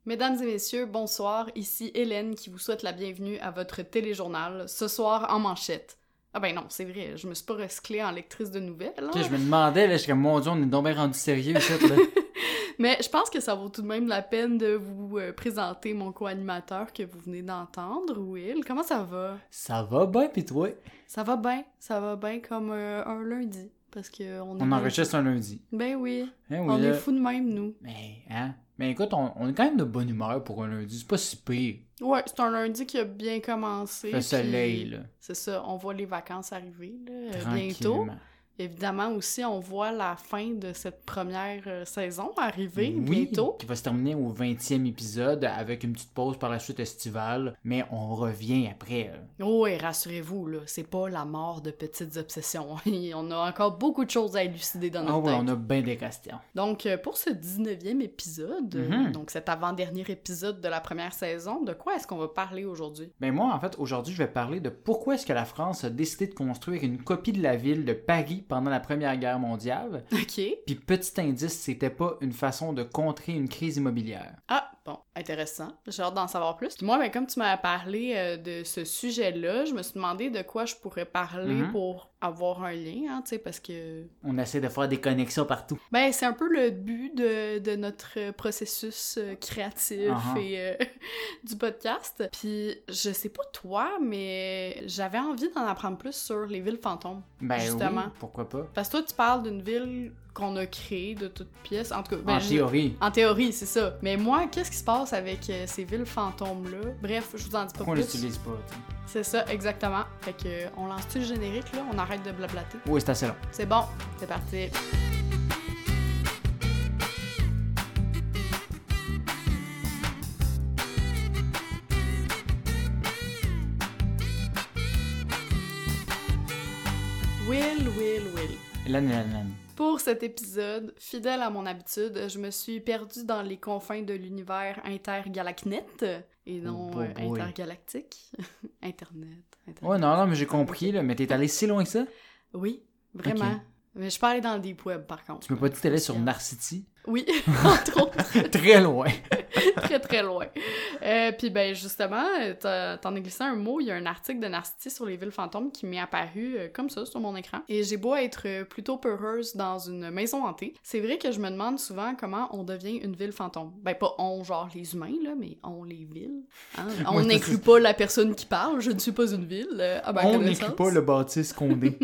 Mesdames et messieurs, bonsoir, ici Hélène qui vous souhaite la bienvenue à votre téléjournal, ce soir en manchette. Ah ben non, c'est vrai, je me suis pas recyclée en lectrice de nouvelles. Hein? Okay, je me demandais, là, je suis comme, mon Dieu, on est donc bien rendu sérieux ici, là. Mais je pense que ça vaut tout de même la peine de vous présenter mon co-animateur que vous venez d'entendre, Will. Comment ça va? Ça va bien, pis toi? Ça va bien comme un lundi, parce que On enregistre un lundi. Ben oui, Hein, oui on là. est fous de même, nous. Mais écoute, on est quand même de bonne humeur pour un lundi, c'est pas si pire. Ouais, c'est un lundi qui a bien commencé. Le soleil, puis là. C'est ça, on voit les vacances arriver, là, bientôt. Tranquillement. Évidemment aussi, on voit la fin de cette première saison arriver Oui, bientôt. qui va se terminer au 20e épisode avec une petite pause par la suite estivale, mais on revient après. Oh, et rassurez-vous, là, c'est pas la mort de petites obsessions. On a encore beaucoup de choses à élucider dans notre Ah ouais, tête. on a bien des questions. Donc, pour ce 19e épisode, donc cet avant-dernier épisode de la première saison, de quoi est-ce qu'on va parler aujourd'hui? Ben moi, en fait, aujourd'hui, je vais parler de pourquoi est-ce que la France a décidé de construire une copie de la ville de Paris pendant la Première Guerre mondiale. OK. Puis petit indice, c'était pas une façon de contrer une crise immobilière. Ah, bon, intéressant. J'ai hâte d'en savoir plus. Puis moi, ben, comme tu m'as parlé de ce sujet-là, je me suis demandé de quoi je pourrais parler pour avoir un lien, hein, tu sais, parce que... On essaie de faire des connexions partout. Ben, c'est un peu le but de notre processus créatif et du podcast. Puis, je sais pas toi, mais j'avais envie d'en apprendre plus sur les villes fantômes, Ben justement. oui, pourquoi pas. Parce que toi, tu parles d'une ville qu'on a créée de toutes pièces. En tout cas, ben, En théorie. En théorie, c'est ça. Mais moi, qu'est-ce qui se passe avec ces villes fantômes-là? Bref, je vous en dis pas Pourquoi on plus. l'utilise pas, tu sais? C'est ça, exactement. Fait que, on lance-tu le générique, là? On arrête de blablater? Oui, c'est assez long. C'est bon, c'est parti. Will. Hélène. Pour cet épisode, fidèle à mon habitude, je me suis perdue dans les confins de l'univers intergalacnette et non boy. intergalactique. Internet. Ouais, non, mais j'ai compris, là, mais t'es allé si loin que ça? Oui, vraiment. Ok. Mais je peux aller dans le deep web, par contre. Tu m'as pas dit que t'allais sur Narcity? Oui, entre autres. Très loin. Très, très loin. Puis ben justement, t'en as glissé un mot, il y a un article de Narcity sur les villes fantômes qui m'est apparu comme ça sur mon écran. Et j'ai beau être plutôt peureuse dans une maison hantée, c'est vrai que je me demande souvent comment on devient une ville fantôme. Ben pas on, genre les humains, là, mais on les villes. Hein? On n'inclut pas la personne qui parle, je ne suis pas une ville, à ma On connaissance. n'inclut pas le bâtisse Condé.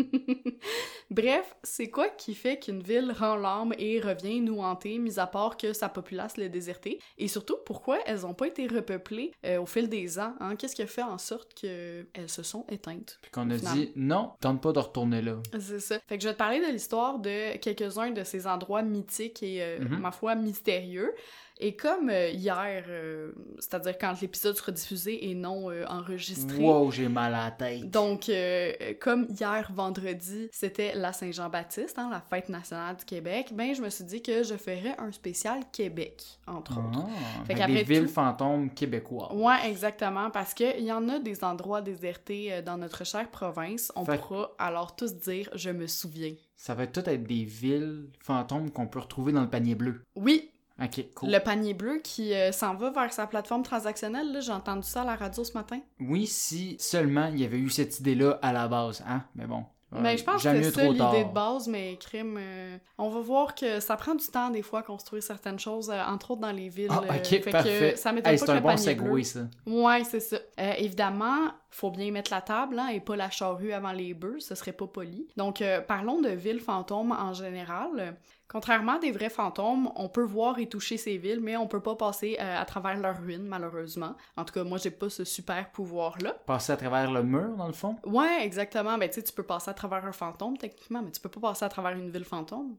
Bref, c'est quoi qui fait qu'une ville rend l'âme et revient nous hanter, mis à part que sa populace l'ait désertée? Et surtout, pourquoi elles n'ont pas été repeuplées au fil des ans? Hein? Qu'est-ce qui a fait en sorte qu'elles se sont éteintes? Puis qu'on a dit, non, tente pas de retourner là. C'est ça. Fait que je vais te parler de l'histoire de quelques-uns de ces endroits mythiques et, ma foi, mystérieux. Et comme hier, c'est-à-dire quand l'épisode sera diffusé et non enregistré. Wow, j'ai mal à la tête. Donc, comme hier, vendredi, c'était la Saint-Jean-Baptiste, hein, la fête nationale du Québec, ben je me suis dit que je ferais un spécial Québec, entre autres. Fait Fait qu'après des villes tout- fantômes québécois. Ouais, exactement, parce qu'il y en a des endroits désertés dans notre chère province. On Fait- pourra alors tous dire « je me souviens ». Ça va tout être des villes fantômes qu'on peut retrouver dans le panier bleu. Oui, Ok, cool. le panier bleu qui s'en va vers sa plateforme transactionnelle, là, j'ai entendu ça à la radio ce matin. Oui, si seulement il y avait eu cette idée-là à la base, hein? Mais bon. Ben, je pense que jamais c'est mieux ça trop l'idée tard. de base, mais crime, on va voir que ça prend du temps des fois à construire certaines choses, entre autres dans les villes. Ah, ok, fait parfait. que ça m'étonne Hey, pas c'est que un le bon panier bleu... segway, ça. Ouais, c'est ça. Évidemment, faut bien mettre la table, hein, et pas la charrue avant les bœufs, ce serait pas poli. Donc, parlons de villes fantômes en général. Contrairement à des vrais fantômes, on peut voir et toucher ces villes, mais on peut pas passer à travers leurs ruines, malheureusement. En tout cas, moi, j'ai pas ce super pouvoir-là. Passer à travers le mur, dans le fond. Ouais, exactement. Ben, tu sais, tu peux passer à travers un fantôme, techniquement, mais tu peux pas passer à travers une ville fantôme.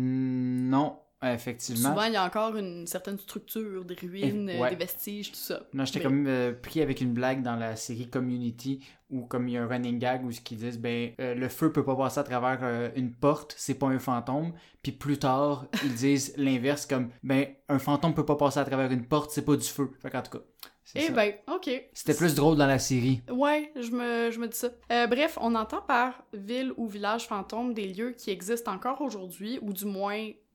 Non, effectivement. Souvent, il y a encore une certaine structure, des ruines, Ouais. des vestiges, tout ça. Non, j'étais Mais- comme pris avec une blague dans la série Community où comme il y a un running gag où ce qu'ils disent le feu peut pas passer à travers une porte, c'est pas un fantôme. Puis plus tard, ils disent l'inverse comme un fantôme peut pas passer à travers une porte, c'est pas du feu. Fait qu'en tout cas, c'est Eh ça. ben, ok. C'était plus drôle dans la série. Ouais, je me dis ça. Bref, on entend par ville ou village fantôme des lieux qui existent encore aujourd'hui, ou du moins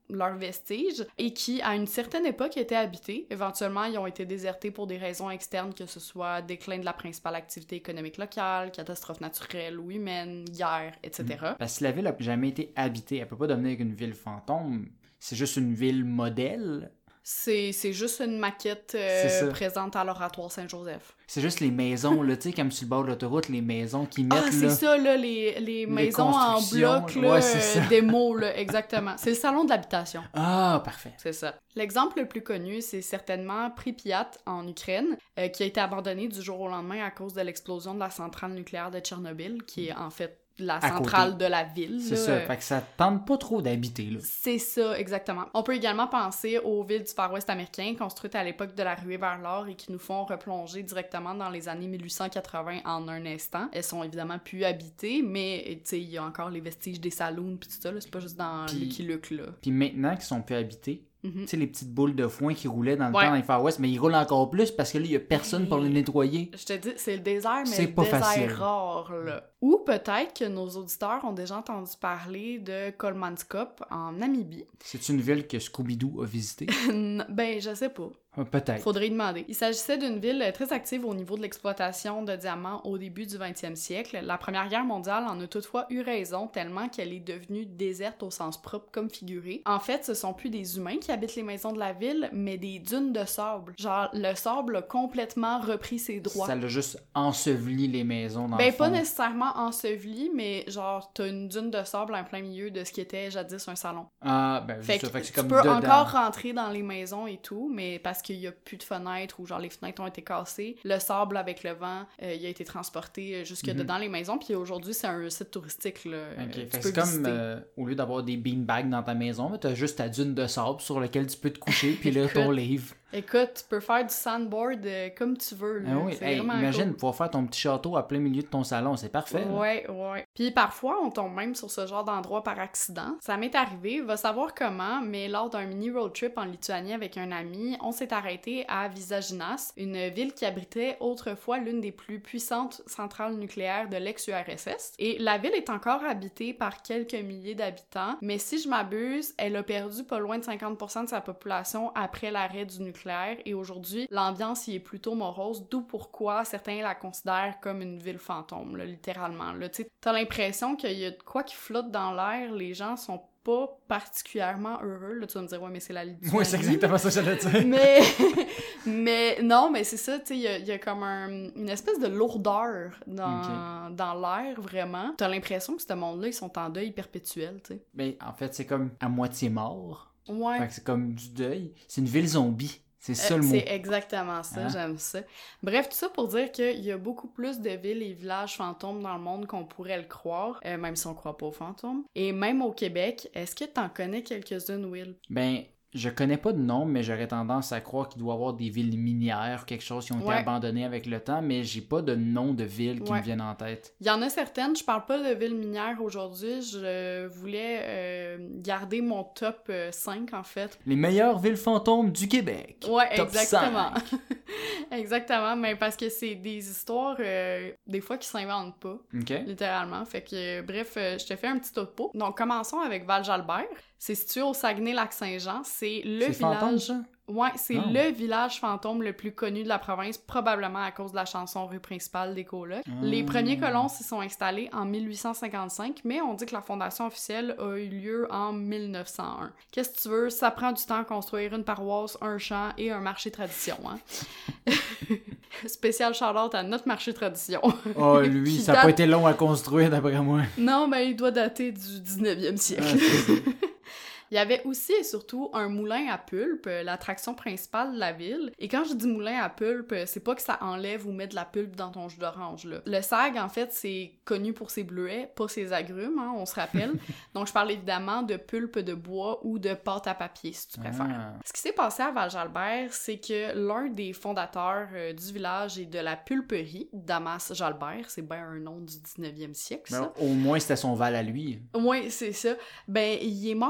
leurs vestiges et qui, à une certaine époque, étaient habités. Éventuellement, ils ont été désertés pour des raisons externes, que ce soit déclin de la principale activité économique locale, catastrophes naturelles ou humaines, guerre, etc. Parce que si la ville n'a jamais été habitée, elle peut pas devenir une ville fantôme. C'est juste une ville modèle. C'est juste une maquette présente à l'Oratoire Saint-Joseph. C'est juste les maisons, là, tu sais, comme sur le bord de l'autoroute, les maisons qui mettent, Ah, c'est là... ça, là, les maisons en bloc, là, ouais, c'est ça. des mots, là, exactement. C'est le salon de l'habitation. Ah, parfait. C'est ça. L'exemple le plus connu, c'est certainement Pripyat, en Ukraine, qui a été abandonné du jour au lendemain à cause de l'explosion de la centrale nucléaire de Tchernobyl, qui est en fait la centrale de la ville. C'est ça, fait que ça tente pas trop d'habiter, là. C'est ça, exactement. On peut également penser aux villes du Far West américain, construites à l'époque de la ruée vers l'or et qui nous font replonger directement dans les années 1880 en un instant. Elles sont évidemment plus habitées, mais tu sais, il y a encore les vestiges des saloons pis tout ça, là, c'est pas juste dans Lucky Luke, là. Puis maintenant qu'ils sont plus habités, tu sais, les petites boules de foin qui roulaient dans le temps dans les Far West, mais ils roulent encore plus parce que là, il y a personne pour les nettoyer. Je te dis, c'est le désert, mais c'est le pas désert facile. rare, là. Ou peut-être que nos auditeurs ont déjà entendu parler de Kolmanskop en Namibie. C'est une ville que Scooby-Doo a visitée? Ben, je sais pas. Peut-être. Faudrait y demander. Il s'agissait d'une ville très active au niveau de l'exploitation de diamants au début du 20e siècle. La Première Guerre mondiale en a toutefois eu raison, tellement qu'elle est devenue déserte au sens propre comme figuré. En fait, ce sont plus des humains qui habitent les maisons de la ville, mais des dunes de sable. Genre, le sable a complètement repris ses droits. Ça l'a juste enseveli les maisons dans le Ben, fond. pas nécessairement enseveli, mais genre, t'as une dune de sable en plein milieu de ce qui était jadis un salon. Ah, ben, Fait juste ça, que fait que c'est tu comme peux dedans. encore rentrer dans les maisons et tout, mais parce qu'il y a plus de fenêtres ou genre les fenêtres ont été cassées, le sable avec le vent, il a été transporté jusque dedans les maisons, puis aujourd'hui c'est un site touristique là. Ok, Tu fait que peux c'est comme visiter. au lieu d'avoir des beanbags dans ta maison, t'as juste ta dune de sable sur laquelle tu peux te coucher, puis là, ton livre. Écoute, tu peux faire du sandboard comme tu veux. Là. Ah oui, C'est hey, vraiment imagine cool. pouvoir faire ton petit château à plein milieu de ton salon, c'est parfait. Là. Ouais. Puis parfois, on tombe même sur ce genre d'endroit par accident. Ça m'est arrivé, va savoir comment, mais lors d'un mini road trip en Lituanie avec un ami, on s'est arrêté à Visaginas, une ville qui abritait autrefois l'une des plus puissantes centrales nucléaires de l'ex-URSS. Et la ville est encore habitée par quelques milliers d'habitants, mais si je m'abuse, elle a perdu pas loin de 50% de sa population après l'arrêt du nucléaire. Et aujourd'hui, l'ambiance y est plutôt morose, d'où pourquoi certains la considèrent comme une ville fantôme, là, littéralement. Là, t'as l'impression qu'il y a de quoi qui flotte dans l'air, les gens sont pas particulièrement heureux. Là, tu vas me dire, ouais, mais c'est la Lituanie. Oui, c'est exactement ça que j'allais dire. mais non, mais c'est ça, tu sais, il y a comme une espèce de lourdeur dans l'air, vraiment. T'as l'impression que ce monde-là, ils sont en deuil perpétuel, tu sais. Mais en fait, c'est comme à moitié mort. Ouais. Fait que c'est comme du deuil. C'est une ville zombie. C'est ça le mot. C'est exactement ça, j'aime ça. Bref, tout ça pour dire qu'il y a beaucoup plus de villes et villages fantômes dans le monde qu'on pourrait le croire, même si on croit pas aux fantômes. Et même au Québec, est-ce que t'en connais quelques-unes, Will? Ben, je connais pas de nom, mais j'aurais tendance à croire qu'il doit y avoir des villes minières, quelque chose qui ont été abandonnées avec le temps, mais j'ai pas de nom de ville qui me viennent en tête. Il y en a certaines, je parle pas de villes minières aujourd'hui, je voulais garder mon top 5 en fait. Les meilleures villes fantômes du Québec. Ouais, top exactement. 5. Exactement, mais parce que c'est des histoires des fois qui s'inventent pas, littéralement. Fait que bref, je te fais un petit topo. Donc commençons avec Val-Jalbert. C'est situé au Saguenay-Lac-Saint-Jean. C'est le village... Fantôme, ça? Ouais, c'est le village fantôme le plus connu de la province, probablement à cause de la chanson Rue principale des colocs. Les premiers colons s'y sont installés en 1855, mais on dit que la fondation officielle a eu lieu en 1901. Qu'est-ce que tu veux? Ça prend du temps à construire une paroisse, un champ et un marché tradition, hein? Spécial shout-out à notre marché tradition. Oh, lui, ça n'a pas été long à construire, d'après moi. Non, mais il doit dater du 19e siècle. Il y avait aussi et surtout un moulin à pulpe, l'attraction principale de la ville. Et quand je dis moulin à pulpe, c'est pas que ça enlève ou met de la pulpe dans ton jus d'orange, là. Le SAG, en fait, c'est connu pour ses bleuets, pas ses agrumes, hein, on se rappelle. Donc, je parle évidemment de pulpe de bois ou de pâte à papier, si tu préfères. Ce qui s'est passé à Val-Jalbert, c'est que l'un des fondateurs du village et de la pulperie, Damas Jalbert, c'est bien un nom du 19e siècle, ça. Ben, au moins, c'était son Val à lui. Oui, c'est ça. Ben, il est mort subitement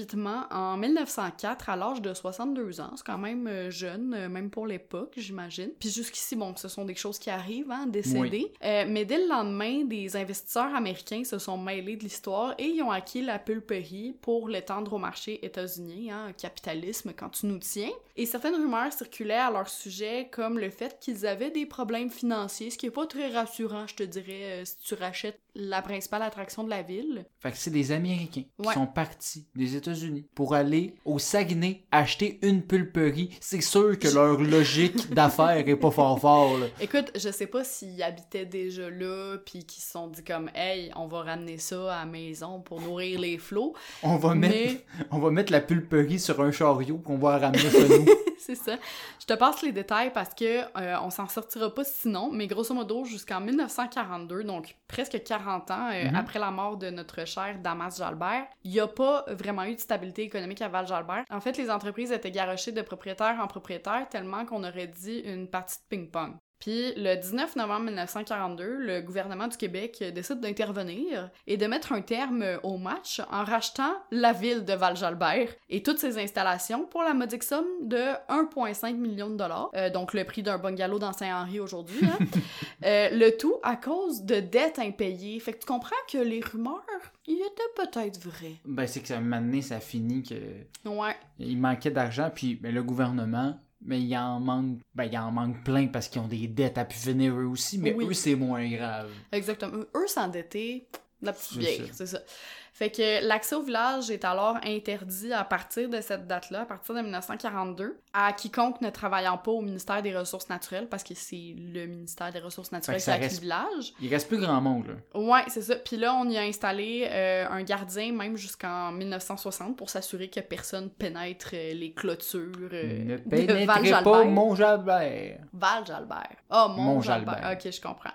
subitement en 1904 à l'âge de 62 ans. C'est quand même jeune, même pour l'époque, j'imagine. Puis jusqu'ici, bon, ce sont des choses qui arrivent, hein, décédés. Oui. Mais dès le lendemain, des investisseurs américains se sont mêlés de l'histoire et ils ont acquis la pulperie pour l'étendre au marché états-unien, hein, capitalisme quand tu nous tiens. Et certaines rumeurs circulaient à leur sujet, comme le fait qu'ils avaient des problèmes financiers, ce qui est pas très rassurant, je te dirais, si tu rachètes la principale attraction de la ville. Fait que c'est des Américains qui sont partis des États-Unis pour aller au Saguenay acheter une pulperie. C'est sûr que leur logique d'affaires est pas fort, là. Écoute, je sais pas s'ils habitaient déjà là, puis qu'ils se sont dit comme « Hey, on va ramener ça à la maison pour nourrir les flots. » On va mettre la pulperie sur un chariot qu'on va ramener chez nous. C'est ça. Je te passe les détails parce que on s'en sortira pas sinon, mais grosso modo, jusqu'en 1942, donc presque 40 ans après la mort de notre cher Damas Jalbert, il n'y a pas vraiment eu de stabilité économique à Val-Jalbert. En fait, les entreprises étaient garochées de propriétaire en propriétaire tellement qu'on aurait dit une partie de ping-pong. Puis le 19 novembre 1942, le gouvernement du Québec décide d'intervenir et de mettre un terme au match en rachetant la ville de Val-Jalbert et toutes ses installations pour la modique somme de 1,5 million de dollars, donc le prix d'un bungalow dans Saint-Henri aujourd'hui. Hein. Le tout à cause de dettes impayées. Fait que tu comprends que les rumeurs, il était peut-être vrai. Ben c'est que ça, un moment donné, ça finit que... Ouais. Il manquait d'argent, puis ben, le gouvernement... Mais il en manque plein parce qu'ils ont des dettes à pu finir eux aussi, mais eux, c'est moins grave. Exactement. Eux s'endetter, la petite bière, c'est ça. Fait que l'accès au village est alors interdit à partir de cette date-là, à partir de 1942, à quiconque ne travaillant pas au ministère des Ressources naturelles, parce que c'est le ministère des Ressources naturelles qui a acquis le village. Il reste plus grand monde, là. Ouais, c'est ça. Puis là, on y a installé un gardien, même jusqu'en 1960, pour s'assurer que personne pénètre les clôtures ne de Val-Jalbert. Pas Mont-Jalbert. Val-Jalbert. Ah, oh, Mont-Jalbert. Ok, je comprends.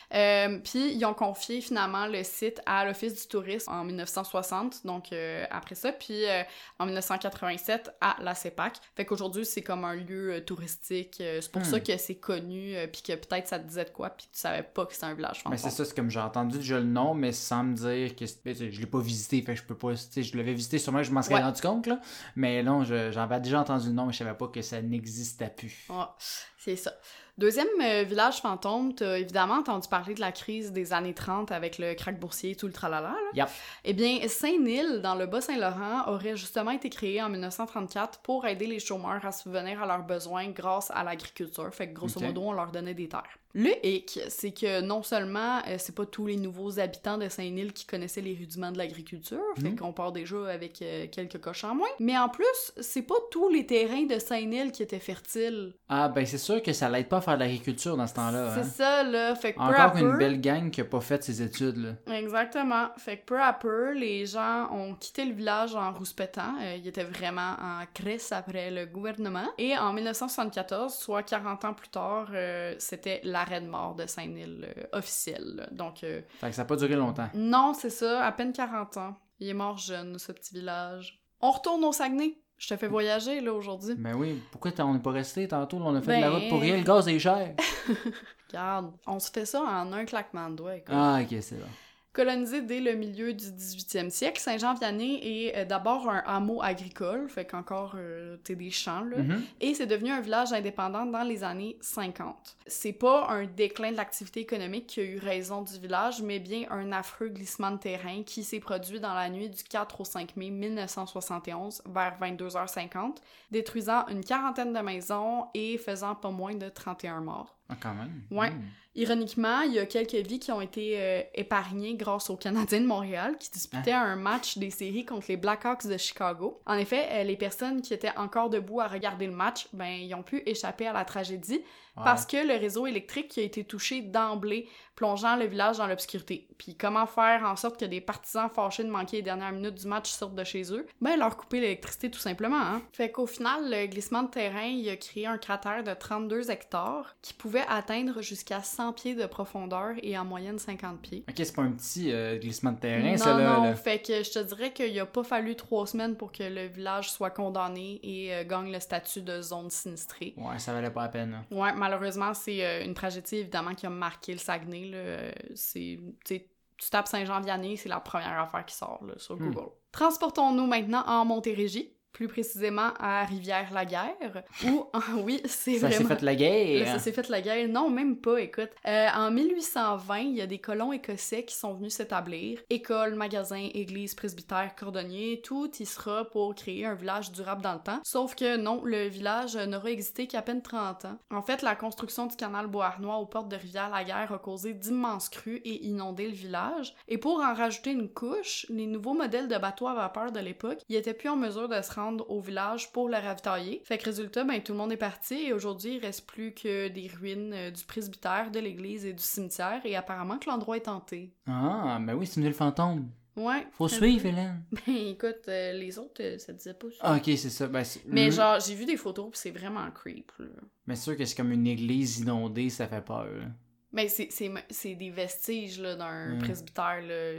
Puis ils ont confié finalement le site à l'Office du tourisme en 1960, donc après ça, puis en 1987 à la CEPAC. Fait qu'aujourd'hui, c'est comme un lieu touristique. C'est pour ça que c'est connu, puis que peut-être ça te disait de quoi, puis que tu savais pas que c'était un village fantôme. Mais c'est ça, c'est comme j'ai entendu déjà le nom, mais sans me dire que... Je l'ai pas visité, fait que je peux pas... Je l'avais visité, sûrement je m'en serais rendu compte, là. Mais non, j'en avais déjà entendu le nom, mais je savais pas que ça n'existait plus. Ouais, c'est ça. Deuxième village fantôme, t'as évidemment entendu parler de la crise des années 30 avec le krach boursier et tout le tralala, là. Yep. Eh bien, Saint-Nil, dans le Bas-Saint-Laurent, aurait justement été créé en 1934 pour aider les chômeurs à subvenir à leurs besoins grâce à l'agriculture. Fait que grosso modo, on leur donnait des terres. Le hic, c'est que non seulement c'est pas tous les nouveaux habitants de Saint-Nil qui connaissaient les rudiments de l'agriculture, fait qu'on part déjà avec quelques coches en moins, mais en plus, c'est pas tous les terrains de Saint-Nil qui étaient fertiles. Ah, ben c'est sûr que ça l'aide pas à faire de l'agriculture dans ce temps-là. C'est ça, là. Fait que peu encore à peu... une belle gang qui a pas fait ses études, là. Exactement. Fait que peu à peu, les gens ont quitté le village en rouspétant. Ils étaient vraiment en crise après le gouvernement. Et en 1974, soit 40 ans plus tard, c'était l'arrêt de mort de Saint-Nil officiel. Donc... Fait que ça a pas duré longtemps. Non, c'est ça. À peine 40 ans. Il est mort jeune, ce petit village. On retourne au Saguenay. Je te fais voyager, là, aujourd'hui. Ben oui, pourquoi on n'est pas resté tantôt? On a fait de la route pour rien, le gaz est cher. Regarde, on se fait ça en un claquement de doigts, écoute. Ah, ok, c'est bon. Colonisé dès le milieu du 18e siècle, Saint-Jean-Vianney est d'abord un hameau agricole, fait qu'encore, t'es des champs, là, et c'est devenu un village indépendant dans les années 50. C'est pas un déclin de l'activité économique qui a eu raison du village, mais bien un affreux glissement de terrain qui s'est produit dans la nuit du 4 au 5 mai 1971, vers 22h50, détruisant une quarantaine de maisons et faisant pas moins de 31 morts. Ah, quand même. Ouais. Ironiquement, il y a quelques vies qui ont été épargnées grâce aux Canadiens de Montréal qui disputaient un match des séries contre les Blackhawks de Chicago. En effet, les personnes qui étaient encore debout à regarder le match, ben, ils ont pu échapper à la tragédie parce que le réseau électrique a été touché d'emblée, plongeant le village dans l'obscurité. Puis comment faire en sorte que des partisans fâchés de manquer les dernières minutes du match sortent de chez eux? Ben, leur couper l'électricité tout simplement, hein. Fait qu'au final, le glissement de terrain, il a créé un cratère de 32 hectares qui pouvait atteindre jusqu'à 100 pieds de profondeur et en moyenne 50 pieds. Ok, c'est pas un petit glissement de terrain, non, ça, là? Non, là. Fait que je te dirais qu'il a pas fallu 3 semaines pour que le village soit condamné et gagne le statut de zone sinistrée. Ouais, ça valait pas la peine, là. Ouais, malheureusement, c'est une tragédie, évidemment, qui a marqué le Saguenay, là. Tu tapes Saint-Jean-Vianney, c'est la première affaire qui sort, là, sur Google. Transportons-nous maintenant en Montérégie, plus précisément à Rivière-la-Guerre, où, oui, c'est Ça vraiment... s'est fait la guerre! Là, ça s'est fait la guerre. Non, même pas, écoute. En 1820, il y a des colons écossais qui sont venus s'établir. Écoles, magasins, églises, presbytères, cordonniers, tout y sera pour créer un village durable dans le temps. Sauf que non, le village n'aura existé qu'à peine 30 ans. En fait, la construction du canal Beauharnois aux portes de Rivière-la-Guerre a causé d'immenses crues et inondé le village. Et pour en rajouter une couche, les nouveaux modèles de bateaux à vapeur de l'époque, ils étaient plus en mesure de se rendre au village pour le ravitailler. Fait que résultat, ben tout le monde est parti et aujourd'hui, il reste plus que des ruines du presbytère, de l'église et du cimetière et apparemment que l'endroit est hanté. Ah, ben oui, c'est une ville fantôme. Ouais. Faut suivre, Hélène. Ben écoute, les autres, ça disait pas ça. Ah, ok, c'est ça. Ben, mais genre, j'ai vu des photos pis c'est vraiment creep, là. Mais c'est sûr que c'est comme une église inondée, ça fait peur, là. Ben, c'est des vestiges là, d'un presbytère. Là.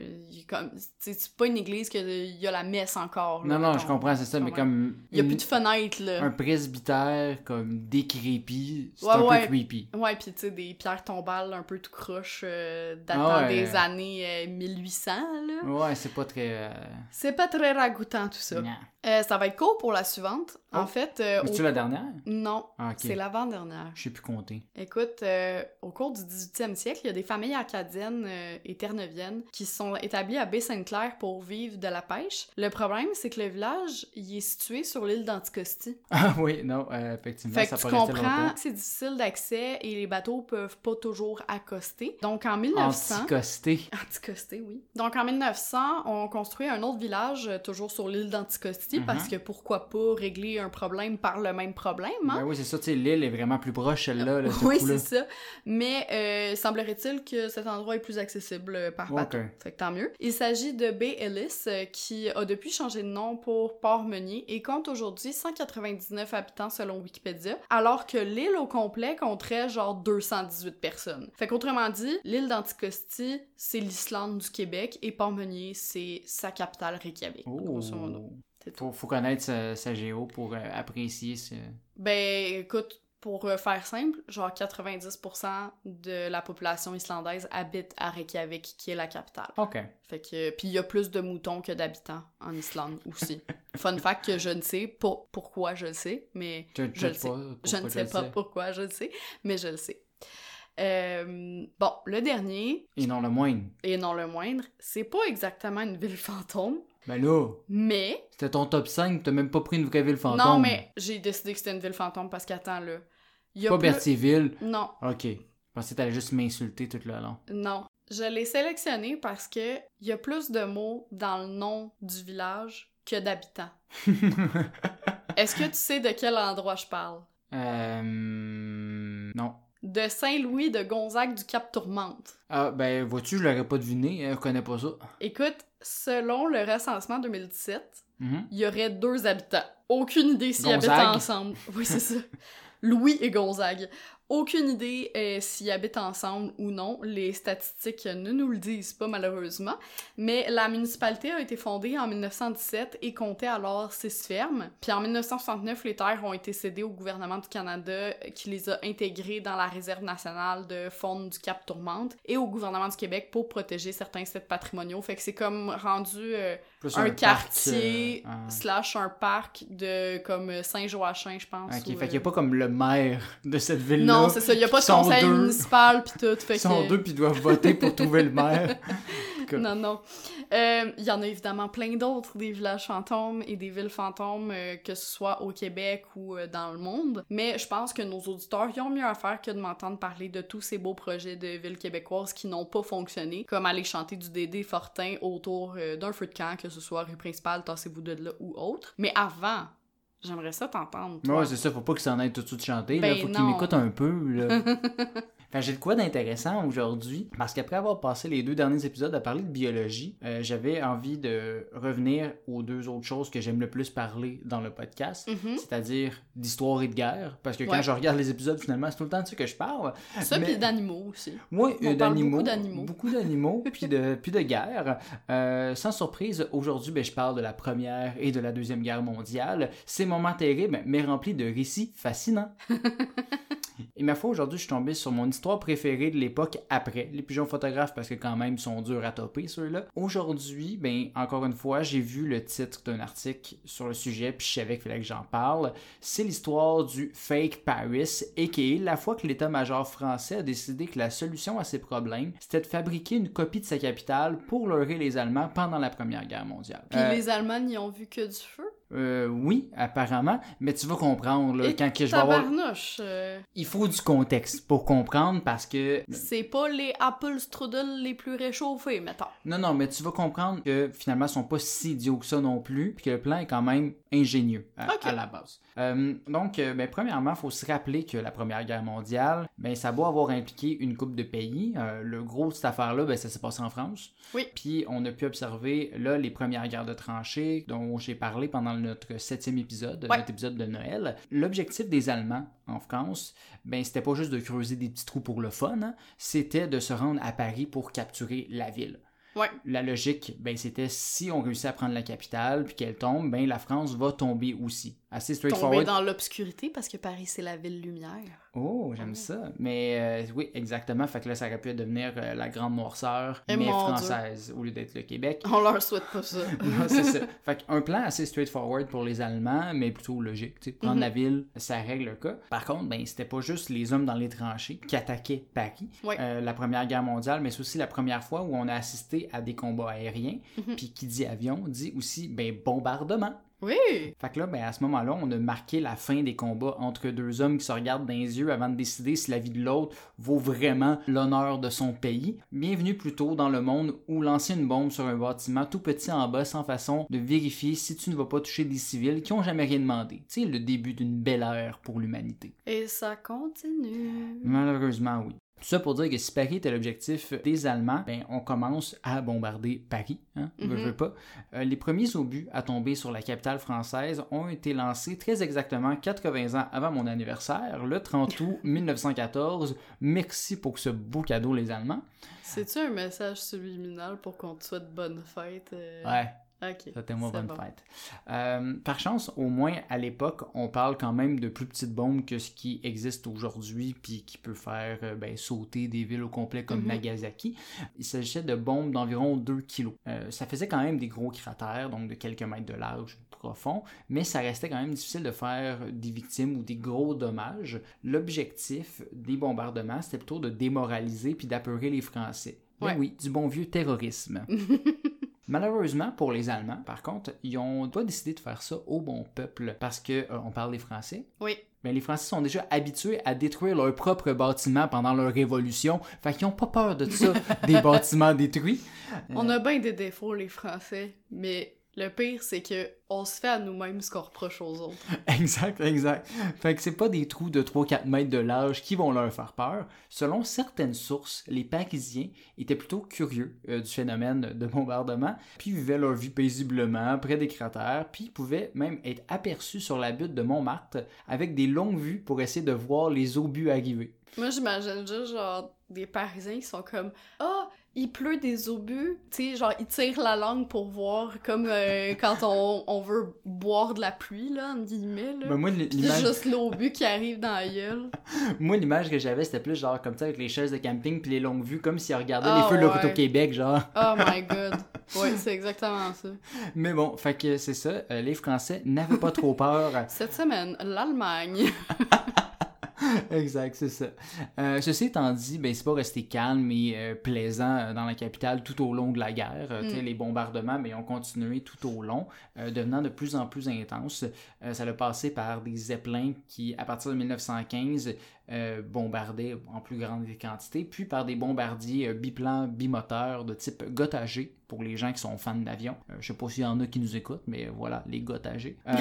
C'est pas une église qu'il y a la messe encore. Là, non, je comprends, c'est ça, mais comme... Il y a plus de fenêtres, là. Un presbytère comme décrépit, c'est un peu creepy. Ouais, pis tu sais, des pierres tombales un peu tout croche datant des années 1800, là. Ouais, c'est pas très... C'est pas très ragoûtant, tout ça. Ça va être court pour la suivante. En fait... Mais c'est-tu la dernière? Non, okay. C'est l'avant-dernière. Je sais plus compter. Écoute, au cours du 18e siècle, il y a des familles acadiennes et terre-neuviennes qui se sont établies à Baie-Sainte-Claire pour vivre de la pêche. Le problème, c'est que le village, il est situé sur l'île d'Anticosti. Ah oui, non, effectivement, fait ça que peut tu rester comprends, longtemps. c'est difficile d'accès et les bateaux peuvent pas toujours accoster. Donc en 1900... Anticosti, oui. Donc en 1900, on construit un autre village, toujours sur l'île d'Anticosti, parce que pourquoi pas régler un problème par le même problème, hein? Ben oui, c'est ça, tu sais, l'île est vraiment plus proche, celle-là. Là, oui, c'est ça. Mais semblerait-il que cet endroit est plus accessible par bateau. Okay. Fait que tant mieux. Il s'agit de Bay Ellis, qui a depuis changé de nom pour Port-Meunier et compte aujourd'hui 199 habitants selon Wikipédia, alors que l'île au complet compterait genre 218 personnes. Fait qu'autrement dit, l'île d'Anticosti, c'est l'Islande du Québec et Port-Meunier, c'est sa capitale Reykjavik, grosso modo. Faut connaître sa géo pour apprécier ce... Ben, écoute, pour faire simple, genre 90% de la population islandaise habite à Reykjavik, qui est la capitale. OK. Fait que... Puis il y a plus de moutons que d'habitants en Islande aussi. Fun fact que je ne sais pas pourquoi je le sais, mais je le sais. Je ne sais pas pourquoi je le sais, mais je le sais. Bon, le dernier... Et non le moindre. C'est pas exactement une ville fantôme. Ben là... Mais... C'était ton top 5, t'as même pas pris une vraie ville fantôme. Non, mais j'ai décidé que c'était une ville fantôme parce qu'attends, là... Pas Berthierville? Non. OK. Je pensais que t'allais juste m'insulter tout le long. Non. Je l'ai sélectionné parce que il y a plus de mots dans le nom du village que d'habitants. Est-ce que tu sais de quel endroit je parle? Non. De Saint-Louis de Gonzague du Cap-Tourmente. Ah, ben, vois-tu, je l'aurais pas deviné, je connais pas ça. Écoute, selon le recensement 2017, il y aurait 2 habitants. Aucune idée s'ils habitent ensemble. Oui, c'est ça. Louis et Gonzague. Aucune idée s'ils habitent ensemble ou non. Les statistiques ne nous le disent pas, malheureusement. Mais la municipalité a été fondée en 1917 et comptait alors 6 fermes. Puis en 1969, les terres ont été cédées au gouvernement du Canada qui les a intégrées dans la réserve nationale de faune du Cap-Tourmente et au gouvernement du Québec pour protéger certains sites patrimoniaux. Fait que c'est comme rendu un quartier / un parc de comme Saint-Joachim, je pense. OK, fait qu'il n'y a pas comme le maire de cette ville-là. Non, c'est ça, il n'y a pas de conseil municipal pis tout. Fait ils sont 2 pis ils doivent voter pour trouver le maire. Non. Il y en a évidemment plein d'autres, des villages fantômes et des villes fantômes, que ce soit au Québec ou dans le monde. Mais je pense que nos auditeurs, ils ont mieux à faire que de m'entendre parler de tous ces beaux projets de villes québécoises qui n'ont pas fonctionné, comme aller chanter du Dédé Fortin autour d'un feu de camp, que ce soit rue principale, tassez-vous de là ou autre. Mais avant... J'aimerais ça t'entendre, toi. Ouais, c'est ça, faut pas qu'ils s'en aillent tout de suite chanter, ben là, faut qu'ils m'écoutent un peu, là. Enfin, j'ai de quoi d'intéressant aujourd'hui, parce qu'après avoir passé les 2 derniers épisodes à parler de biologie, j'avais envie de revenir aux 2 autres choses que j'aime le plus parler dans le podcast, c'est-à-dire d'histoire et de guerre, parce que quand je regarde les épisodes, finalement, c'est tout le temps de ça que je parle. Ça, puis d'animaux aussi. Oui, d'animaux. Beaucoup d'animaux, puis de guerre. Sans surprise, aujourd'hui, je parle de la Première et de la Deuxième Guerre mondiale. Ces moments terribles, mais remplis de récits fascinants. Et ma foi, aujourd'hui, je suis tombé sur mon histoire préférée de l'époque après. Les pigeons photographes, parce que quand même, ils sont durs à topper, ceux-là. Aujourd'hui, ben, encore une fois, j'ai vu le titre d'un article sur le sujet, puis je savais qu'il fallait que j'en parle. C'est l'histoire du Fake Paris, a.k.a. la fois que l'état-major français a décidé que la solution à ses problèmes, c'était de fabriquer une copie de sa capitale pour leurrer les Allemands pendant la Première Guerre mondiale. Puis les Allemands n'y ont vu que du feu? Oui, apparemment, mais tu vas comprendre là, Et quand que je vais avoir... Il faut du contexte pour comprendre parce que... C'est pas les Apple Strudel les plus réchauffés, mettons. Non, mais tu vas comprendre que finalement, ils sont pas si idiots que ça non plus, puis que le plan est quand même ingénieux à la base. Donc, premièrement, il faut se rappeler que la Première Guerre mondiale, ça a beau avoir impliqué une couple de pays. Le gros de cette affaire-là, ça s'est passé en France. Oui. Puis, on a pu observer, là, les premières guerres de tranchées dont j'ai parlé pendant notre 7e épisode, notre épisode de Noël. L'objectif des Allemands en France, c'était pas juste de creuser des petits trous pour le fun, hein, c'était de se rendre à Paris pour capturer la ville. Ouais. La logique, c'était si on réussit à prendre la capitale puis qu'elle tombe, la France va tomber aussi. Assez straightforward. Tomber dans l'obscurité parce que Paris, c'est la ville lumière. Oh, j'aime ça. Mais oui, exactement. Fait que là, ça aurait pu devenir la grande noirceur, Et mais mon française, Dieu. au lieu d'être le Québec. On leur souhaite pas ça. Non, c'est ça. Fait qu'un plan assez straightforward pour les Allemands, mais plutôt logique. T'sais, prendre la ville, ça règle le cas. Par contre, c'était pas juste les hommes dans les tranchées qui attaquaient Paris. Ouais. La Première Guerre mondiale, mais c'est aussi la première fois où on a assisté à des combats aériens. Puis qui dit avion, dit aussi bombardement. Oui! Fait que là, à ce moment-là, on a marqué la fin des combats entre deux hommes qui se regardent dans les yeux avant de décider si la vie de l'autre vaut vraiment l'honneur de son pays. Bienvenue plutôt dans le monde où lancer une bombe sur un bâtiment tout petit en bas sans façon de vérifier si tu ne vas pas toucher des civils qui ont jamais rien demandé. Tu sais, le début d'une belle ère pour l'humanité. Et ça continue. Malheureusement, oui. Tout ça pour dire que si Paris était l'objectif des Allemands, on commence à bombarder Paris, hein, veux pas. Les premiers obus à tomber sur la capitale française ont été lancés très exactement 80 ans avant mon anniversaire, le 30 août 1914. Merci pour ce beau cadeau, les Allemands. C'est-tu un message subliminal pour qu'on te souhaite bonne fête? Ouais. Ok. Souhaitez-moi bonne bon. fête. Par chance, au moins à l'époque, on parle quand même de plus petites bombes que ce qui existe aujourd'hui puis qui peut faire sauter des villes au complet comme Nagasaki. Il s'agissait de bombes d'environ 2 kilos. Ça faisait quand même des gros cratères, donc de quelques mètres de large profond, mais ça restait quand même difficile de faire des victimes ou des gros dommages. L'objectif des bombardements, c'était plutôt de démoraliser puis d'apeurer les Français. Ouais. Mais oui, du bon vieux terrorisme. Malheureusement, pour les Allemands, par contre, ils ont pas décidé de faire ça au bon peuple parce que on parle des Français. Oui. Les Français sont déjà habitués à détruire leurs propres bâtiments pendant leur révolution, fait qu'ils n'ont pas peur de ça, des bâtiments détruits. On a bien des défauts, les Français, mais le pire, c'est que on se fait à nous-mêmes ce qu'on reproche aux autres. Exact. Fait que c'est pas des trous de 3-4 mètres de large qui vont leur faire peur. Selon certaines sources, les Parisiens étaient plutôt curieux du phénomène de bombardement, puis vivaient leur vie paisiblement près des cratères, puis pouvaient même être aperçus sur la butte de Montmartre avec des longues vues pour essayer de voir les obus arriver. Moi, j'imagine juste, genre, des Parisiens qui sont comme « Ah, il pleut des obus! » Tu sais, genre, ils tirent la langue pour voir, comme quand on veut boire de la pluie, là, entre guillemets, là. Moi, l'image... juste l'obus qui arrive dans la gueule. Moi, l'image que j'avais, c'était plus genre comme ça, avec les chaises de camping puis les longues vues, comme s'ils regardaient les feux de l'Auto-Québec, genre. Oh my god! Ouais, c'est exactement ça. Mais bon, fait que c'est ça, les Français n'avaient pas trop peur. Cette semaine, l'Allemagne... Exact, c'est ça. Ceci étant dit, c'est pas resté calme et plaisant dans la capitale tout au long de la guerre. Les bombardements ont continué tout au long, devenant de plus en plus intenses. Ça a passé par des zeppelins qui, à partir de 1915, bombardaient en plus grande quantité, puis par des bombardiers biplans bimoteurs de type Gotthard, pour les gens qui sont fans d'avions. Je sais pas s'il y en a qui nous écoutent, mais voilà, les Gotthard.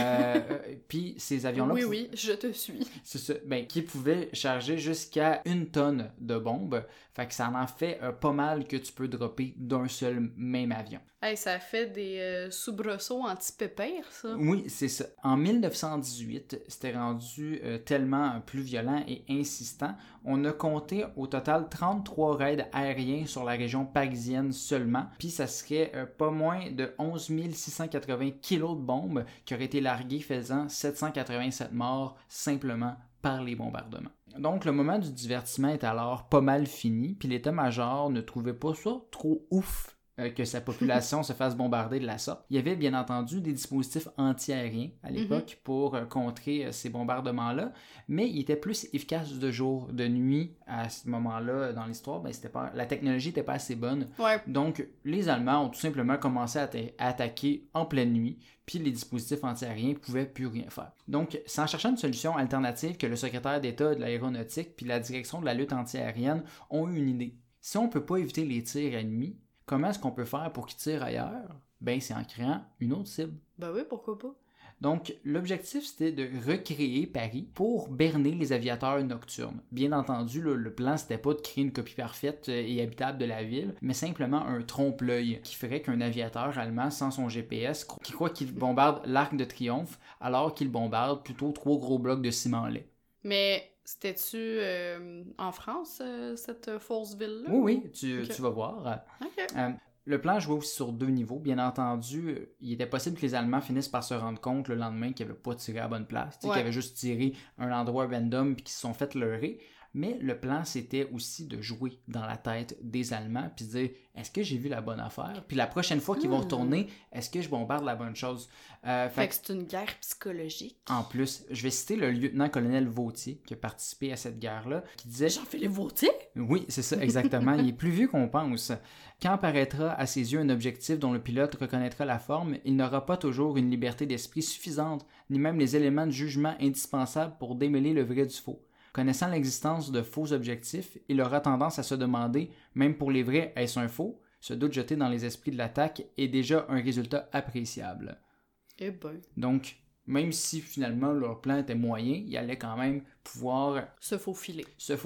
Puis ces avions-là... Oui, je te suis. C'est ça. Qui pouvaient charger jusqu'à 1 tonne de bombes. Fait que ça en fait pas mal que tu peux dropper d'un seul même avion. Hey, ça fait des soubresauts anti-pépère, ça. Oui, c'est ça. En 1918, c'était rendu tellement plus violent et insistant. On a compté au total 33 raids aériens sur la région parisienne seulement. Puis ça serait pas moins de 11 680 kilos de bombes qui auraient été larguées, faisant 787 morts simplement par les bombardements. Donc, le moment du divertissement est alors pas mal fini, puis l'état-major ne trouvait pas ça trop ouf que sa population se fasse bombarder de la sorte. Il y avait bien entendu des dispositifs anti-aériens à l'époque pour contrer ces bombardements-là, mais il était plus efficace de jour. De nuit, à ce moment-là dans l'histoire, la technologie n'était pas assez bonne. Ouais. Donc, les Allemands ont tout simplement commencé à attaquer en pleine nuit, puis les dispositifs anti-aériens ne pouvaient plus rien faire. Donc, c'est en cherchant une solution alternative que le secrétaire d'État de l'aéronautique puis la direction de la lutte anti-aérienne ont eu une idée. Si on ne peut pas éviter les tirs à nuit, comment est-ce qu'on peut faire pour qu'ils tirent ailleurs? Ben, c'est en créant une autre cible. Ben oui, pourquoi pas? Donc, l'objectif, c'était de recréer Paris pour berner les aviateurs nocturnes. Bien entendu, là, le plan, c'était pas de créer une copie parfaite et habitable de la ville, mais simplement un trompe-l'œil qui ferait qu'un aviateur allemand sans son GPS qui croit qu'il bombarde l'Arc de Triomphe alors qu'il bombarde plutôt 3 gros blocs de ciment laid. Mais c'était-tu en France, cette fausse ville-là? Oui, tu vas voir. OK. Le plan jouait aussi sur 2 niveaux. Bien entendu, il était possible que les Allemands finissent par se rendre compte le lendemain qu'ils n'avaient pas tiré à la bonne place, qu'ils avaient juste tiré un endroit random et qu'ils se sont fait leurrer. Mais le plan, c'était aussi de jouer dans la tête des Allemands puis de dire « Est-ce que j'ai vu la bonne affaire? Puis la prochaine fois qu'ils vont retourner, est-ce que je bombarde la bonne chose? » Fait que c'est une guerre psychologique. En plus, je vais citer le lieutenant-colonel Vautier qui a participé à cette guerre-là, qui disait... Jean-Philippe Vautier? Oui, c'est ça, exactement. Il est plus vieux qu'on pense. Quand apparaîtra à ses yeux un objectif dont le pilote reconnaîtra la forme, il n'aura pas toujours une liberté d'esprit suffisante, ni même les éléments de jugement indispensables pour démêler le vrai du faux. Connaissant l'existence de faux objectifs, il aura tendance à se demander, même pour les vrais, est-ce un faux? Ce doute jeté dans les esprits de l'attaque est déjà un résultat appréciable. Eh ben. Donc, même si finalement leur plan était moyen, il allait quand même pouvoir se faufiler.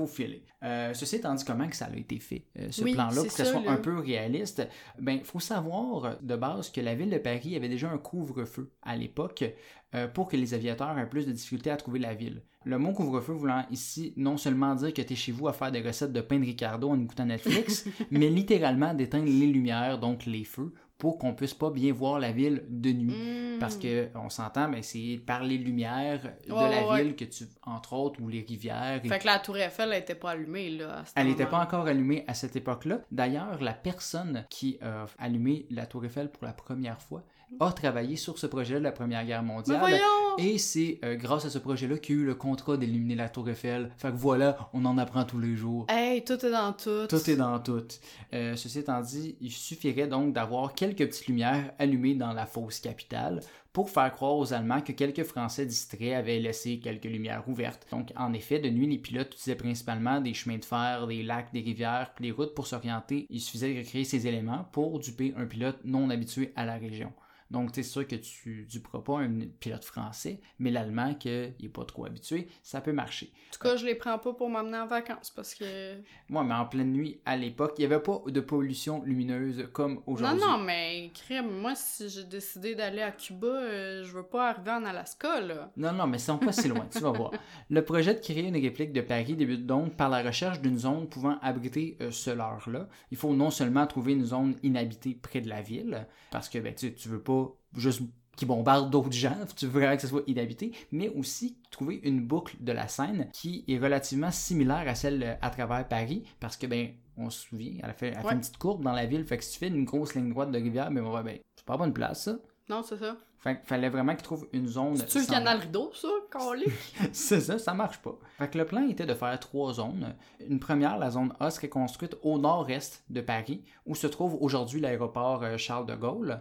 Ceci étant dit, comment que ça a été fait, ce oui, plan-là, pour que ça soit là. un peu réaliste, ben, il faut savoir de base que la ville de Paris avait déjà un couvre-feu à l'époque pour que les aviateurs aient plus de difficultés à trouver la ville. Le mot couvre-feu voulant ici non seulement dire que tu es chez vous à faire des recettes de pain de Ricardo en écoutant Netflix, mais littéralement d'éteindre les lumières, donc les feux, pour qu'on puisse pas bien voir la ville de nuit. Parce que on s'entend, ben, c'est par les lumières de la ville que tu, entre autres, ou les rivières. Fait que la tour Eiffel, elle était pas allumée, là, à ce Elle moment-là. n'était pas encore allumée à cette époque-là. D'ailleurs, la personne qui a allumé la tour Eiffel pour la première fois a travaillé sur ce projet de la Première Guerre mondiale. Mais voyons! Et c'est grâce à ce projet-là qu'il y a eu le contrat d'illuminer la tour Eiffel. Fait que voilà, on en apprend tous les jours. Hey, tout est dans tout. Tout est dans tout. Ceci étant dit, il suffirait donc d'avoir quelques petites lumières allumées dans la fausse capitale pour faire croire aux Allemands que quelques Français distraits avaient laissé quelques lumières ouvertes. Donc, en effet, de nuit, les pilotes utilisaient principalement des chemins de fer, des lacs, des rivières, puis des routes pour s'orienter. Il suffisait de recréer ces éléments pour duper un pilote non habitué à la région. Donc, c'est sûr que tu duperas pas un pilote français, mais l'allemand, qui n'est pas trop habitué, ça peut marcher. En tout cas, je les prends pas pour m'emmener en vacances, parce que... Ouais, mais en pleine nuit, à l'époque, il n'y avait pas de pollution lumineuse comme aujourd'hui. Non, mais crème, moi, si j'ai décidé d'aller à Cuba, je veux pas arriver en Alaska, là. Non, mais ils sont pas si loin, tu vas voir. Le projet de créer une réplique de Paris débute donc par la recherche d'une zone pouvant abriter ce leurre-là. Il faut non seulement trouver une zone inhabitée près de la ville, parce que ben, tu veux pas juste qui bombardent d'autres gens, tu veux vraiment que ce soit inhabité, mais aussi trouver une boucle de la Seine qui est relativement similaire à celle à travers Paris, parce que, ben, on se souvient, elle fait une petite courbe dans la ville, fait que si tu fais une grosse ligne droite de rivière, ben, c'est pas à bonne place, ça. Non, c'est ça. Fait qu'il fallait vraiment qu'ils trouvent une zone... C'est-tu le canal Rideau, ça, calique? C'est ça marche pas. Fait que le plan était de faire 3 zones. Une première, la zone A, serait construite au nord-est de Paris, où se trouve aujourd'hui l'aéroport Charles de Gaulle.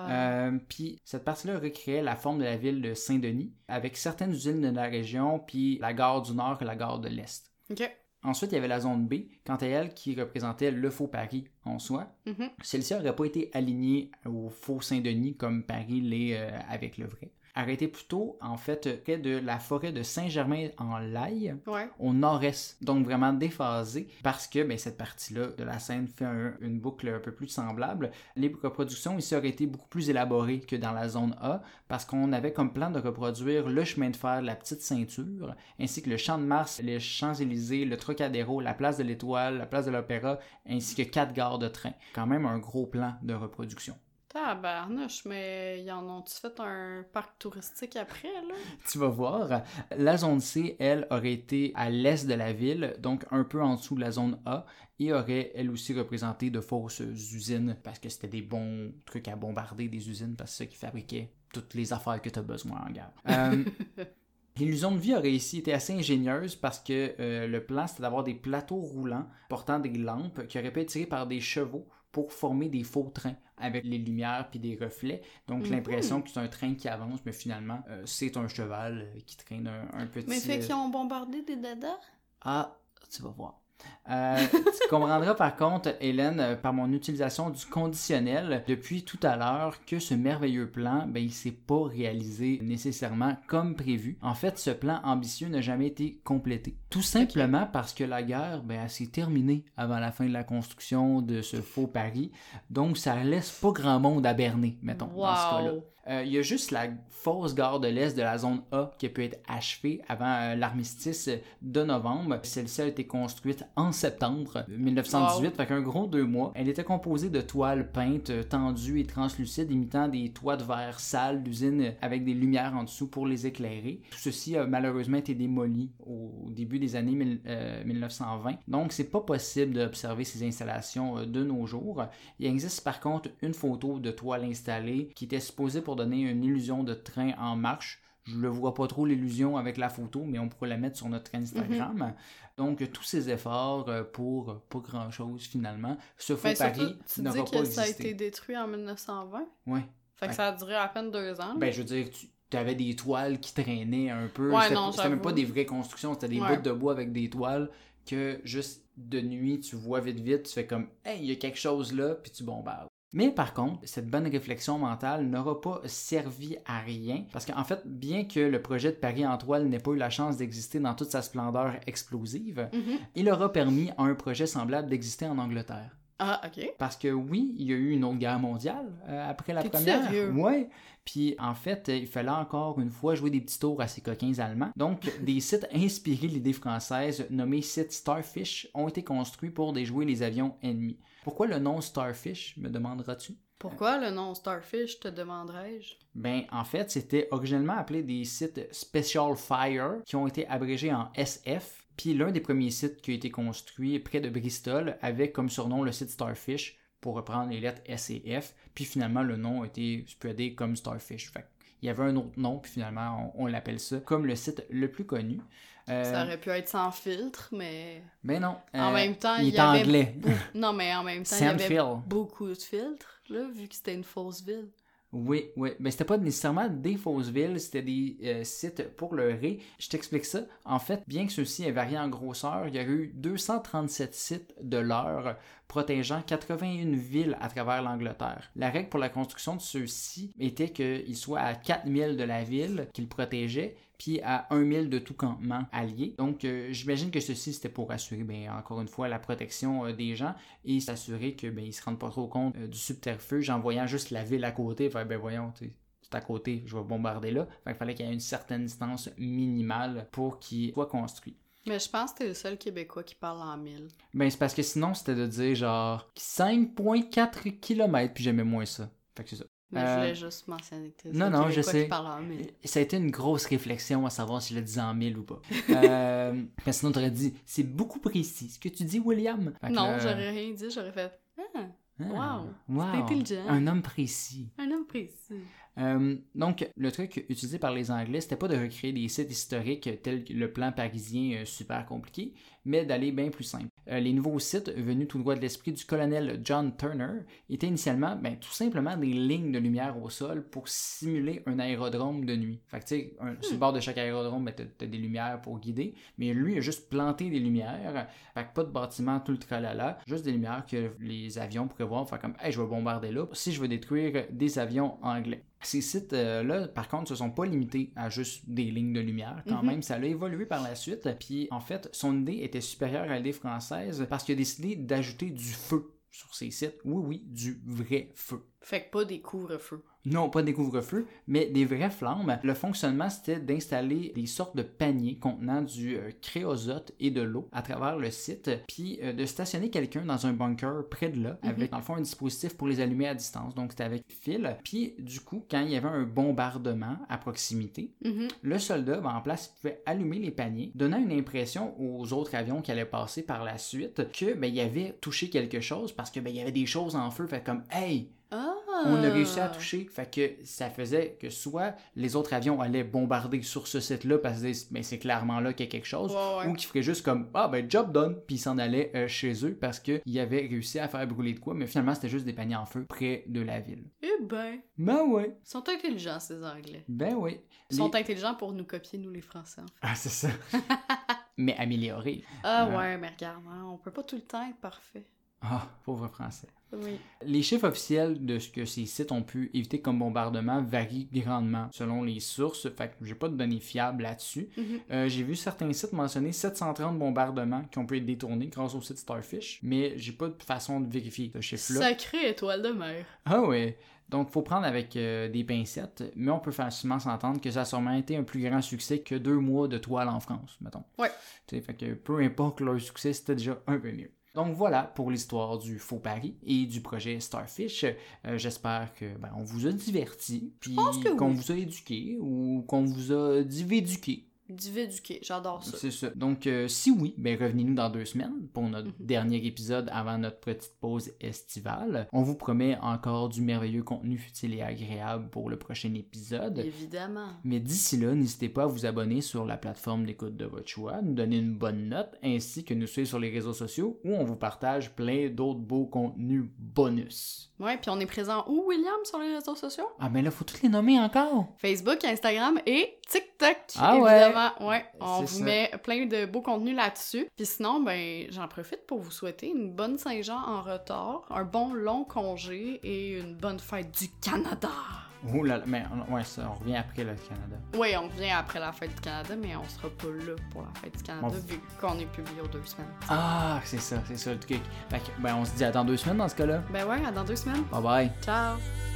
Puis cette partie-là recréait la forme de la ville de Saint-Denis, avec certaines usines de la région, puis la gare du Nord et la gare de l'Est. OK. Ensuite, il y avait la zone B, quant à elle, qui représentait le faux Paris en soi. Celle-ci n'aurait pas été alignée au faux Saint-Denis comme Paris l'est avec le vrai. Arrêté plutôt, en fait, près de la forêt de Saint-Germain-en-Laye, au nord-est, donc vraiment déphasé, parce que ben, cette partie-là de la Seine fait une boucle un peu plus semblable. Les reproductions ici auraient été beaucoup plus élaborées que dans la zone A, parce qu'on avait comme plan de reproduire le chemin de fer de la Petite Ceinture, ainsi que le Champ de Mars, les Champs-Élysées, le Trocadéro, la place de l'Étoile, la place de l'Opéra, ainsi que 4 gares de train. Quand même un gros plan de reproduction. Tabarnouche, mais ils en ont-tu fait un parc touristique après, là? Tu vas voir. La zone C, elle, aurait été à l'est de la ville, donc un peu en dessous de la zone A, et aurait, elle aussi, représenté de fausses usines, parce que c'était des bons trucs à bombarder, des usines, parce que c'est ça qui fabriquait toutes les affaires que tu as besoin en guerre. L'illusion de vie aurait ici été assez ingénieuse parce que le plan, c'était d'avoir des plateaux roulants portant des lampes qui auraient pu être tirées par des chevaux pour former des faux trains avec les lumières puis des reflets. Donc, l'impression que c'est un train qui avance, mais finalement, c'est un cheval qui traîne un petit... Mais fait qu'ils ont bombardé des dadas? Ah, tu vas voir. Tu comprendras par contre, Hélène, par mon utilisation du conditionnel depuis tout à l'heure, que ce merveilleux plan, ben, il s'est pas réalisé nécessairement comme prévu. En fait, ce plan ambitieux n'a jamais été complété. Tout simplement parce que la guerre, ben, elle s'est terminée avant la fin de la construction de ce faux Paris. Donc, ça laisse pas grand monde à berner, mettons, dans ce cas-là. Il y a juste la fausse gare de l'Est de la zone A qui a pu être achevée avant l'armistice de novembre. Celle-ci a été construite en septembre 1918, fait qu'un gros 2 mois. Elle était composée de toiles peintes, tendues et translucides, imitant des toits de verre sale d'usine avec des lumières en dessous pour les éclairer. Tout ceci a malheureusement été démoli au début des années 1920. Donc, c'est pas possible d'observer ces installations de nos jours. Il existe par contre une photo de toile installée qui était supposée pour donner une illusion de train en marche. Je ne vois pas trop l'illusion avec la photo, mais on pourrait la mettre sur notre Instagram. Donc, tous ces efforts pour pas grand-chose finalement. Ce faux Paris n'aura pas existé. Tu dis que ça a été détruit en 1920? Oui. Fait que ça a duré à peine 2 ans. Ben, je veux dire, tu avais des toiles qui traînaient un peu. Ouais, c'était même pas des vraies constructions, c'était des bouts de bois avec des toiles que juste de nuit, tu vois vite, tu fais comme « Hey, il y a quelque chose là », puis tu bombardes. Mais par contre, cette bonne réflexion mentale n'aura pas servi à rien parce qu'en fait, bien que le projet de Paris en toile n'ait pas eu la chance d'exister dans toute sa splendeur explosive, il aura permis à un projet semblable d'exister en Angleterre. Ah, ok. Parce que oui, il y a eu une autre guerre mondiale après la T'es première. Sérieux? Ouais. Puis en fait, il fallait encore une fois jouer des petits tours à ces coquins allemands. Donc, des sites inspirés de l'idée française, nommés sites Starfish, ont été construits pour déjouer les avions ennemis. Pourquoi le nom Starfish, me demanderas-tu? Pourquoi le nom Starfish, te demanderais-je? Ben, en fait, c'était originellement appelé des sites Special Fire, qui ont été abrégés en SF. Puis l'un des premiers sites qui a été construit près de Bristol avait comme surnom le site Starfish, pour reprendre les lettres S et F. Puis finalement, le nom a été spreadé comme Starfish. Fait il y avait un autre nom, puis finalement, on l'appelle ça comme le site le plus connu. Ça aurait pu être sans filtre, mais... Ben non. En même temps, il est anglais. Non, mais en même temps, il y avait beaucoup de filtres, là, vu que c'était une fausse ville. Oui. Mais c'était pas nécessairement des fausses villes, c'était des sites pour le ré. Je t'explique ça. En fait, bien que ceux-ci aient varié en grosseur, il y a eu 237 sites de l'heure protégeant 81 villes à travers l'Angleterre. La règle pour la construction de ceux-ci était qu'ils soient à 4 milles de la ville qu'ils protégeaient, puis à 1 mille de tout campement allié. Donc, j'imagine que ceci, c'était pour assurer, encore une fois, la protection des gens et s'assurer qu'ils ne se rendent pas trop compte du subterfuge en voyant juste la ville à côté. Enfin, voyons, c'est à côté, je vais bombarder là. Il fallait qu'il y ait une certaine distance minimale pour qu'il soit construit. Mais je pense que t'es le seul Québécois qui parle en mille. C'est parce que sinon, c'était de dire genre 5,4 km, puis j'aimais moins ça. Fait que c'est ça. Mais je voulais juste mentionner que t'es non, je sais. qui parle en mille. Ça a été une grosse réflexion à savoir si je le disais en mille ou pas. Parce sinon, tu aurais dit, c'est beaucoup précis. Ce que tu dis, William. Non, j'aurais rien dit. J'aurais fait, wow. C'est intelligent. Un homme précis. Donc, le truc utilisé par les Anglais, c'était pas de recréer des sites historiques tels que le plan parisien super compliqué, mais d'aller bien plus simple. Les nouveaux sites, venus tout droit de l'esprit du colonel John Turner, étaient initialement tout simplement des lignes de lumière au sol pour simuler un aérodrome de nuit. Fait que tu sais, sur le bord de chaque aérodrome, t'as des lumières pour guider, mais lui a juste planté des lumières, fait que pas de bâtiment tout le tralala, juste des lumières que les avions pourraient voir, faire comme « Hey, je vais bombarder là si je veux détruire des avions anglais ». Ces sites-là, par contre, se sont pas limités à juste des lignes de lumière. Quand même, ça a évolué par la suite. Puis, en fait, son idée était supérieure à l'idée française parce qu'il a décidé d'ajouter du feu sur ces sites. Oui, du vrai feu. Fait que pas des couvre-feux. Non, pas des couvre-feux, mais des vraies flammes. Le fonctionnement, c'était d'installer des sortes de paniers contenant du créosote et de l'eau à travers le site, puis de stationner quelqu'un dans un bunker près de là, avec, dans le fond, un dispositif pour les allumer à distance. Donc, c'était avec fil. Puis, du coup, quand il y avait un bombardement à proximité, le soldat, en place, il pouvait allumer les paniers, donnant une impression aux autres avions qui allaient passer par la suite que, il avait touché quelque chose parce que, il y avait des choses en feu, fait comme « Hey! » On a réussi à toucher, fait que ça faisait que soit les autres avions allaient bombarder sur ce site-là parce que c'est clairement là qu'il y a quelque chose, ou qu'ils feraient juste comme job done, puis ils s'en allaient chez eux parce qu'ils avaient réussi à faire brûler de quoi, mais finalement c'était juste des paniers en feu près de la ville. Eh ben. Ben ouais. Ils sont intelligents ces Anglais. Ben oui. Ils sont intelligents pour nous copier, nous les Français. En fait. Ah, c'est ça. Mais améliorés. Ouais, mais regarde, on peut pas tout le temps être parfait. Ah, pauvre français. Oui. Les chiffres officiels de ce que ces sites ont pu éviter comme bombardement varient grandement selon les sources, fait que j'ai pas de données fiables là-dessus. J'ai vu certains sites mentionner 730 bombardements qui ont pu être détournés grâce au site Starfish, mais j'ai pas de façon de vérifier ce chiffre-là. Sacrée étoile de mer. Ah ouais. Donc, il faut prendre avec des pincettes, mais on peut facilement s'entendre que ça a sûrement été un plus grand succès que 2 mois de toile en France, mettons. Ouais. Fait que peu importe leur succès, c'était déjà un peu mieux. Donc voilà pour l'histoire du faux pari et du projet Starfish. J'espère que on vous a diverti, puis qu'on vous a éduqué ou qu'on vous a divéduqué. Divéduqué, j'adore ça. C'est ça. Donc, si oui, revenez-nous dans 2 semaines pour notre dernier épisode avant notre petite pause estivale. On vous promet encore du merveilleux contenu futile et agréable pour le prochain épisode. Évidemment. Mais d'ici là, n'hésitez pas à vous abonner sur la plateforme d'écoute de votre choix, nous donner une bonne note, ainsi que nous suivre sur les réseaux sociaux où on vous partage plein d'autres beaux contenus bonus. Ouais, puis on est présent où, William, sur les réseaux sociaux? Ah, là, faut tous les nommer encore! Facebook, Instagram et TikTok, évidemment. Ouais, on vous met plein de beaux contenus là-dessus. Puis sinon, j'en profite pour vous souhaiter une bonne Saint-Jean en retard, un bon long congé et une bonne fête du Canada. Oh là là, mais ouais, ça, on revient après le Canada. Oui, on revient après la fête du Canada, mais on sera pas là pour la fête du Canada vu qu'on est publié aux 2 semaines. Ah, c'est ça le truc. Fait que, on se dit à dans 2 semaines dans ce cas-là. Ben ouais, à dans 2 semaines. Bye bye. Ciao.